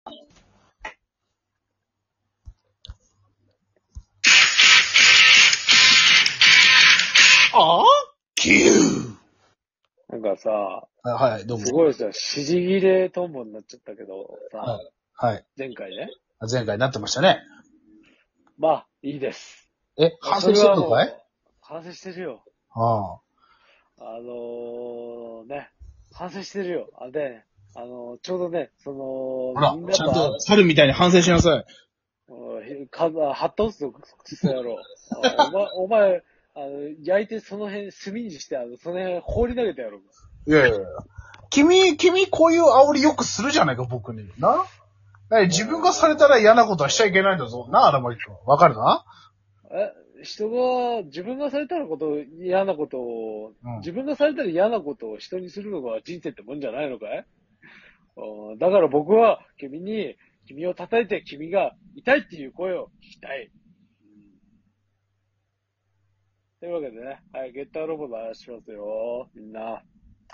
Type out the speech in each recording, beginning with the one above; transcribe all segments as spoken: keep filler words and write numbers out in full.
あキューなんかさ、 はい、どうも。 すごいさ、指示切れトンボになっちゃったけどさ、 はい。はい。 前回ね。 前回なってましたね。 まあ、いいです。 え、反省してるのかい？ 反省してるよ。 ああのー、ね、反省してるよ。あ、で、あのー、ちょうどね、その、 あ。ほら、 みんなと、 ちゃんと猿みたいに反省しなさい。 うんか、はったおすぞ、クソ野郎。あお前、お前、あの、焼いてその辺、炭にして、あの、その辺放り投げてやろうか。 いやいやいや。君、君こういう煽りよくするじゃないか、僕に。な？なに自分がされたら嫌なことはしちゃいけないんだぞ。な、荒牧君。わかるな？ え、人が、自分がされたらこと、嫌なことを、 うん自分がされたら嫌なことを人にするのが人生ってもんじゃないのかい？うんだから僕は君に、君を叩いて君が痛いっていう声を聞きたい。うんというわけでね、はい、ゲッターロボの話しますよ。みんな。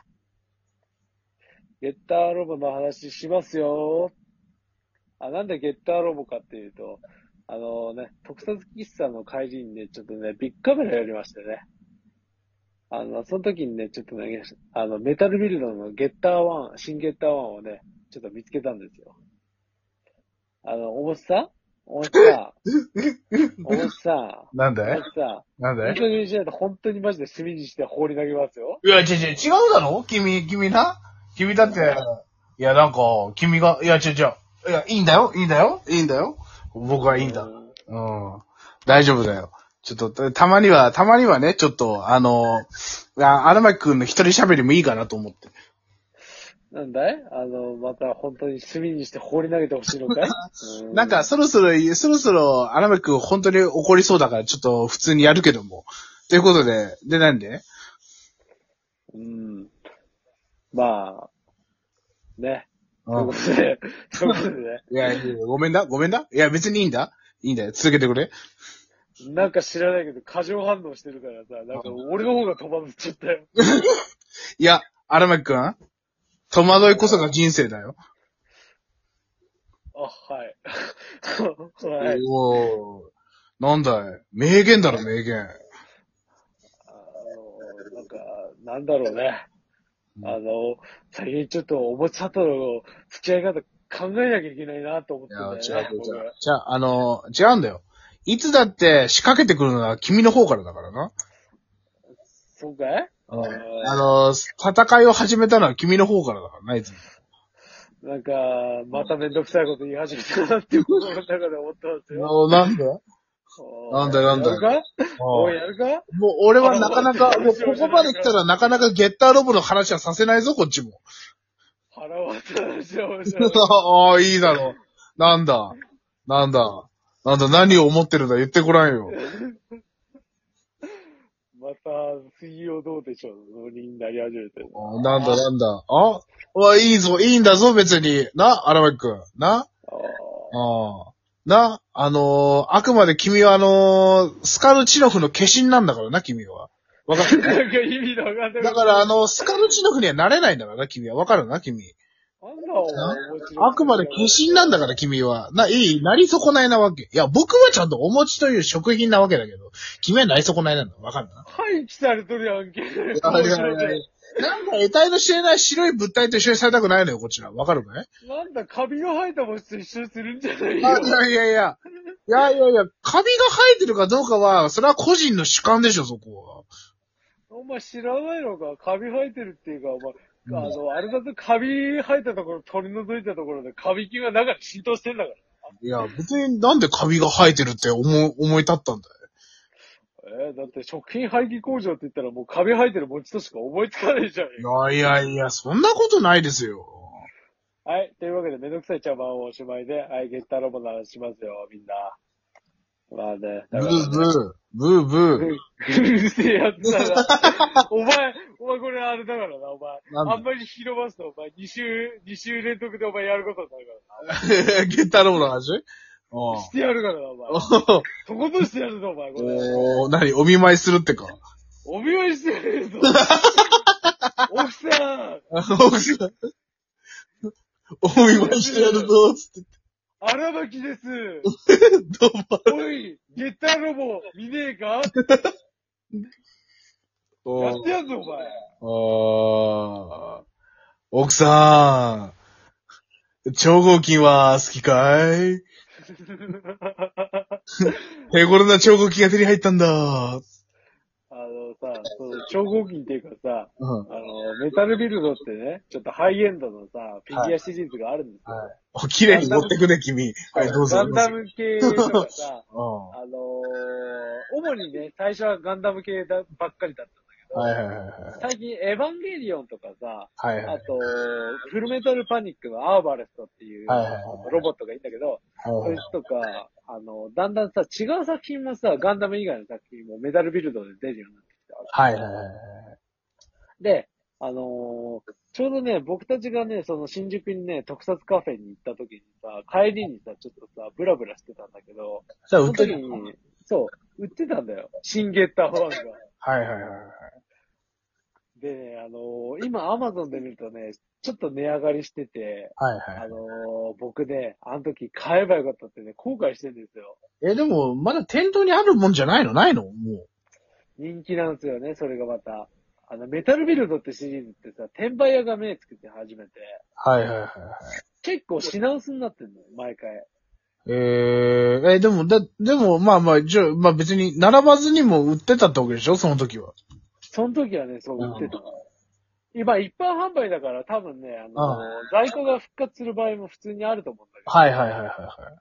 ゲッターロボの話しますよ。あ、なんでゲッターロボかっていうと、あのね、特撮喫茶の帰りにね、ちょっとね、ビッグカメラやりましてね。あの、その時にね、ちょっとね、あの、メタルビルドのゲッターワン、新ゲッターワンをね、ちょっと見つけたんですよ。あの、おもちさんおもちさんおもちさんなんだいおもちさんいいなんだい加減にしないと本当にマジで炭にして放り投げますよ。 いや、違う違う、違うだろ君、君な君だって、いや、なんか、君が、いや、違う違う。いや、いいんだよ、いいんだよ、いいんだよ。僕はいいんだ。 うんうん。大丈夫だよ。ちょっと、たまには、たまにはね、ちょっと、あの、いや、荒牧くんの一人喋りもいいかなと思って。 なんだいあの、また本当に炭にして放り投げてほしいのかいうんなんか、そろそろ、そろそろ、荒牧くん本当に怒りそうだから、ちょっと普通にやるけども。ということで、で、なんでうん。まあ、ね。といううん。 ことで、ということでね。 いや、いやごめんだ、ごめんだ。いや、別にいいんだ。いいんだよ。続けてくれ。 なんか知らないけど、過剰反応してるからさ、なんか俺の方が戸惑っちゃったよ。 いや、荒牧くん戸惑いこそが人生だよ。 あ、はい。はい。 おー。なんだい名言だろ、名言。 あの、なんか、なんだろうね。あの、最近ちょっとおもちゃとの付き合い方考えなきゃいけないなと思ってんだよね。 いや、違う違う僕違う。じゃあ、あの、違うんだよ。いつだって仕掛けてくるのは君の方からだからな。 そうかいうんあの、戦いを始めたのは君の方からだからな、いつも。 なんか、まためんどくさいこと言い始めたなって心の中で思ってますよ。 おなんでなんだよなんだよやるかおい、やるかもう俺はなかなか、もうここまで来たらなかなかゲッターロボの話はさせないぞ、こっちも。 腹割った話をしよう。 ああ、いいだろう。なんだ。なんだ。なんだ、何を思ってるんだ、言ってごらんよ。 また、水曜どうでしょうのになり始めてる。 あなんだなんだ。ああ、いいぞ、いいんだぞ、別に。な、荒牧くん。なあああ。な、あのー、あくまで君はあのー、スカルチノフの化身なんだからな、君は。わかるあ。なんか意味のわかんない。 だからあの、スカルチノフにはなれないんだからな、君は。わかるな、君。 なんだお前、面白いあくまで化身なんだから、君は。な、いい、なり損ないなわけ。いや、僕はちゃんとお餅という食品なわけだけど、君はなり損ないなんだ。わかるな。 廃棄されとるやんけ。 いやいやいやいやなんか得体の知れない白い物体と一緒にされたくないのよ、こちら。わかるかいなんだ、カビが生えた餅と一緒にするんじゃないあよ。 いやいやいや。いやいやいや、カビが生えてるかどうかは、それは個人の主観でしょ、そこお前知らないのかカビ生えてるっていうか、お前、 は。 あの、あれだとカビ生えたところ取り除いたところでカビ菌が中に浸透してんだから。 いや、別になんでカビが生えてるって思い、思い立ったんだよ。 えー、だって食品廃棄工場って言ったらもうカビ生えてる餅としか思いつかないじゃんよ。 いやいやいや、そんなことないですよ。 はい。というわけで、めんどくさい茶番をおしまいで、はい、ゲッターロボの話しますよ、みんな。まあね、 ブーだからね。 ブー、ブーブー。 うるせえやつだな。お前、お前これあれだからな、お前。 なんだあんまり広ますと、お前、二週、二週連続でお前やることになるからな。 ゲッターロボの話おしてやるからな、お前。 おとことんしてやるぞ、お前、これ。 お何お見舞いするってか。 お見舞いしてやるぞ。奥さん奥さん、 お見舞いしてやるぞ、つって。 荒牧です。 どうも。 おい、ゲッターロボ、見ねえかやってやんぞ、お前。 ああ。奥さん、超合金は好きかい？手頃な超合金が手に入ったんだ。 あのさ、その超合金っていうかさ、 うん。 あの、メタルビルドってね、ちょっとハイエンドのさ、フィギュアシリーズがあるんですよ。 はい。お、綺麗に持ってくね、君。はい、どうぞ。 ガンダム系とかさ、 うん。 あのー、主にね、最初はガンダム系だばっかりだったんだけど、 はいはいはいはい。 最近エヴァンゲリオンとかさ、 はいはい。 あと、フルメタルパニックのアーバレストっていう、 はいはいはいあのロボットがいるんだけど、 はいそいつとか、あの、だんだんさ、違う作品もさ、ガンダム以外の作品もメタルビルドで出るようになってきた。 はいはいはいはい。 で、あのーちょうどね、僕たちがね、その新宿にね、特撮カフェに行った時にさ、帰りにさ、ちょっとさ、ブラブラしてたんだけど、 じゃあ、 その売ってる時に、そう、売ってたんだよ。シンゲッターファンが。 はいはいはいはい。 でね、あのー今アマゾンで見るとね、ちょっと値上がりしてて、 はいはい。 あのー僕ね、あの時買えばよかったってね、後悔してるんですよ。 え、でも、まだ店頭にあるもんじゃないの？ないの？も人気なんですよね、それがまた。あの、メタルビルドってシリーズってさ、転売屋が目つけて始めて、 う。はいはいはいはい。 結構品薄になってんのよ、毎回。 えー、え、でも、だ、でも、まあまあ、じゃあ、まあ別に、並ばずにも売ってたってわけでしょ？その時は。 その時はね、そう売ってたの。今、一般販売だから多分ね、あのう在庫が復活する場合も普通にあると思うんだけど。 はいはいはいはいはい。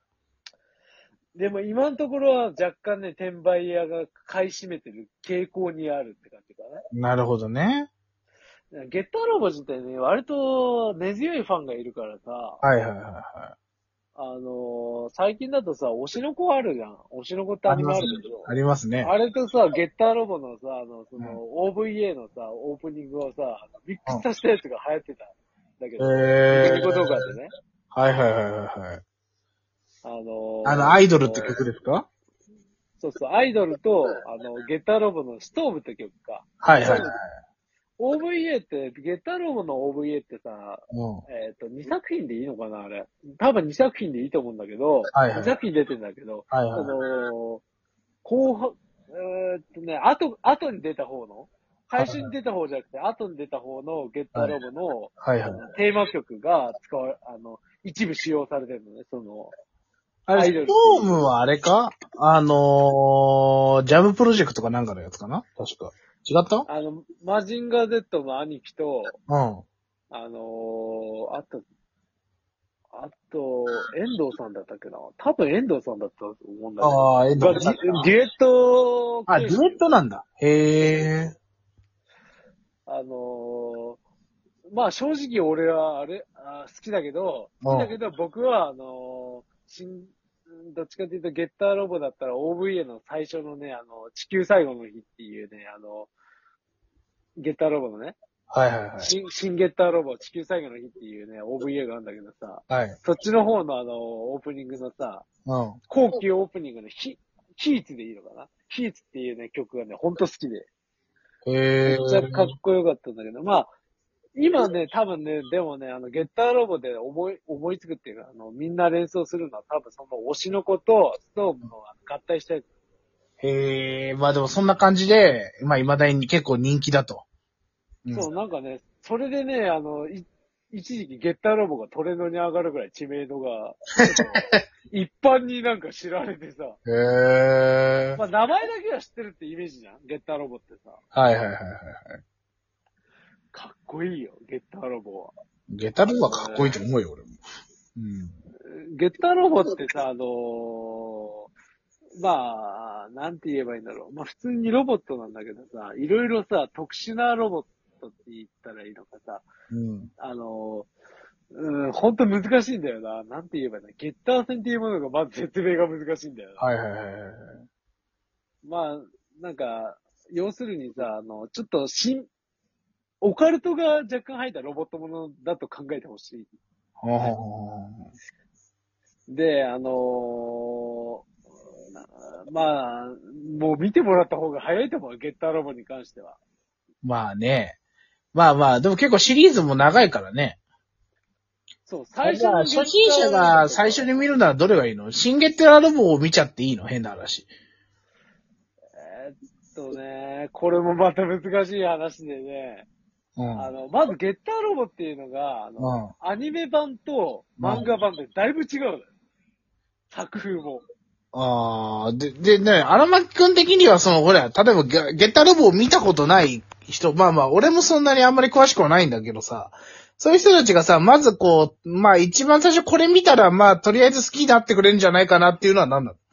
でも今のところは若干ね、転売屋が買い占めてる傾向にあるって感じかなるほどね。 な。ゲッターロボ自体ね、割と根強いファンがいるからさ、 はいはいはいはあのー最近だとさ、推しの子あるじゃん。推しの子ってい。 アニメあるでしょ。 ありますね。 あれとさ、ゲッターロボのさ、あの、その、 うんオーブイエー のさ、オープニングをさ、ミックスさせたやつが流行ってた。だけど、 えーニコニコ動画でね。 はいはいはいはいはい。 あのーあの、アイドルって曲ですか？ そうそう、アイドルと、あの、ゲッターロボのストーブって曲か。 はいはいはい。 オーブイエー って、ゲッターロボの オーブイエー ってさ、 うん。 えっ、と、にさく品でいいのかな、あれ。多分にさく品でいいと思うんだけど、 はいはいにさく品出てんだけど、 はいはいその、後半、えーっとね、後、後に出た方の、最初に出た方じゃなくて、後に出た方のゲッターロボの、 はいはいあのテーマ曲が使わ、あの、一部使用されてるのね、その、 あれ、スアイドルっていうトームはあれか？あのー、ジャムプロジェクトかなんかのやつかな？確か。違った？ あの、マジンガー Z の兄貴と、 うん。 あのー、あと、あと、遠藤さんだったっけな多分遠藤さんだったと思うんだけど。 ああ、え、 がどデュエットあ、デュエットなんだ。へえ。 あのー、まあ正直俺はあれ、あ好きだけど、好きだけど僕はあのー、しん、どっちかというとゲッターロボだったら オーブイエー の最初のね、あの、地球最後の日っていうね、あの、ゲッターロボのね、 はいはいはい。 新、新ゲッターロボ、地球最後の日っていうね、オーブイエー があるんだけどさ、 はい。 そっちの方のあの、オープニングのさ、 うん。 後期オープニングのヒ、ヒーツでいいのかなヒーツっていうね、曲がね、ほんと好きで。 へえ。 めっちゃかっこよかったんだけど、まあ、今ね、多分ね、でもね、あの、ゲッターロボで思い、思いつくっていうか、あの、みんな連想するのは多分その推しの子とストームの合体したやつ。 へえ、まあでもそんな感じで、まあ未だに結構人気だと。うんそう、なんかね、それでね、あの、い一時期ゲッターロボがトレンドに上がるぐらい知名度が、ちょっと一般になんか知られてさ、 へえ。 まあ名前だけは知ってるってイメージじゃんゲッターロボってさ。 はいはいはいはいはい。 かっこいいよ、ゲッターロボは。 ゲタルはかっこいいと思うよ、俺も。うん。 ゲッターロボってさ、あのーまあ、なんて言えばいいんだろう。まあ普通にロボットなんだけどさ、いろいろさ、特殊なロボットって言ったらいいのかさ、 うん。 あのー、うん、ほんと難しいんだよな。なんて言えばいいんだ。ゲッター戦っていうものがまず説明が難しいんだよな。 はいはいはいはい。 まあ、なんか、要するにさ、あの、ちょっと新、オカルトが若干入ったロボットものだと考えてほしい。 ほうほうほうほで、あのーまあ、もう見てもらった方が早いと思う、ゲッターロボに関しては。 う。まあね。まあまあ、でも結構シリーズも長いからね。 そう、最じゃあ、 初の初心者が最初に見るならどれがいいの？新ゲッターロボを見ちゃっていいの？変な話。 えーっとね、これもまた難しい話でね、 うん。 あの、まずゲッターロボっていうのが、あの、 うん。 アニメ版と漫画版でだいぶ違うのよ。作風も。 ああ、で、でね、荒牧くん的にはその、ほら、例えばゲゲッターロボを見たことない人、まあまあ、俺もそんなにあんまり詳しくはないんだけどさ、そういう人たちがさ、まずこう、まあ一番最初これ見たら、まあとりあえず好きになってくれるんじゃないかなっていうのは何なの？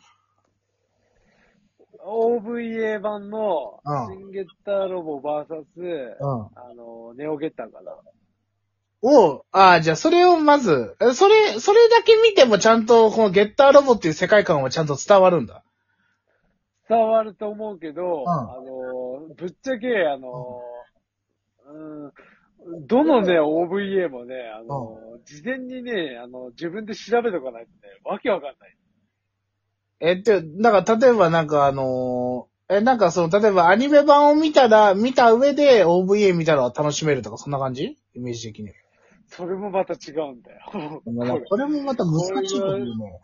オーブイエー 版のうん新ゲッターロボ ブイエス、 うん。 あの、ネオゲッターかな。 を、ああ、じゃあそれをまず、えそれ、それだけ見てもちゃんと、このゲッターロボっていう世界観はちゃんと伝わるんだ。 伝わると思うけど、 うんあの、ぶっちゃけ、あの、うん、どのね、オーブイエー もね、あの、事前にね、あの、自分で調べとかないとね、わけわかんない。 えっと、なんか例えばなんかあのーえ、なんかその、例えばアニメ版を見たら、見た上で オーブイエー 見たら楽しめるとか、そんな感じ？イメージ的に。 それもまた違うんだよ。 まあこれもまた難しいこと言うね。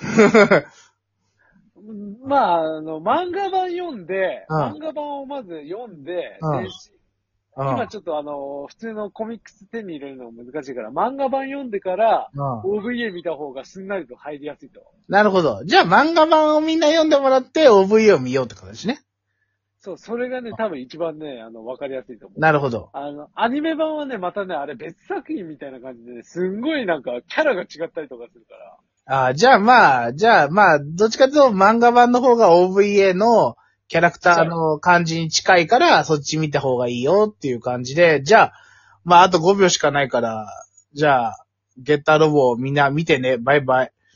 まあ、あの、漫画版読んで、 うん漫画版をまず読んで、 うん電子今ちょっとあの、普通のコミックス手に入れるのも難しいから、漫画版読んでから、 うん。 オーブイエー 見た方がすんなりと入りやすいと。 なるほど。じゃあ漫画版をみんな読んでもらって オーブイエー を見ようってことですね。 そう、それがね、多分一番ね、あの、わかりやすいと思う。 なるほど。 あの、アニメ版はね、またね、あれ別作品みたいな感じでね、すんごいなんか、キャラが違ったりとかするから。 ああ、じゃあまあ、じゃあまあ、どっちかというと漫画版の方が オーブイエー のキャラクターの感じに近いから、そっち見た方がいいよっていう感じで、じゃあ、まああとごびょうしかないから、じゃあ、ゲッターロボをみんな見てね、バイバイ。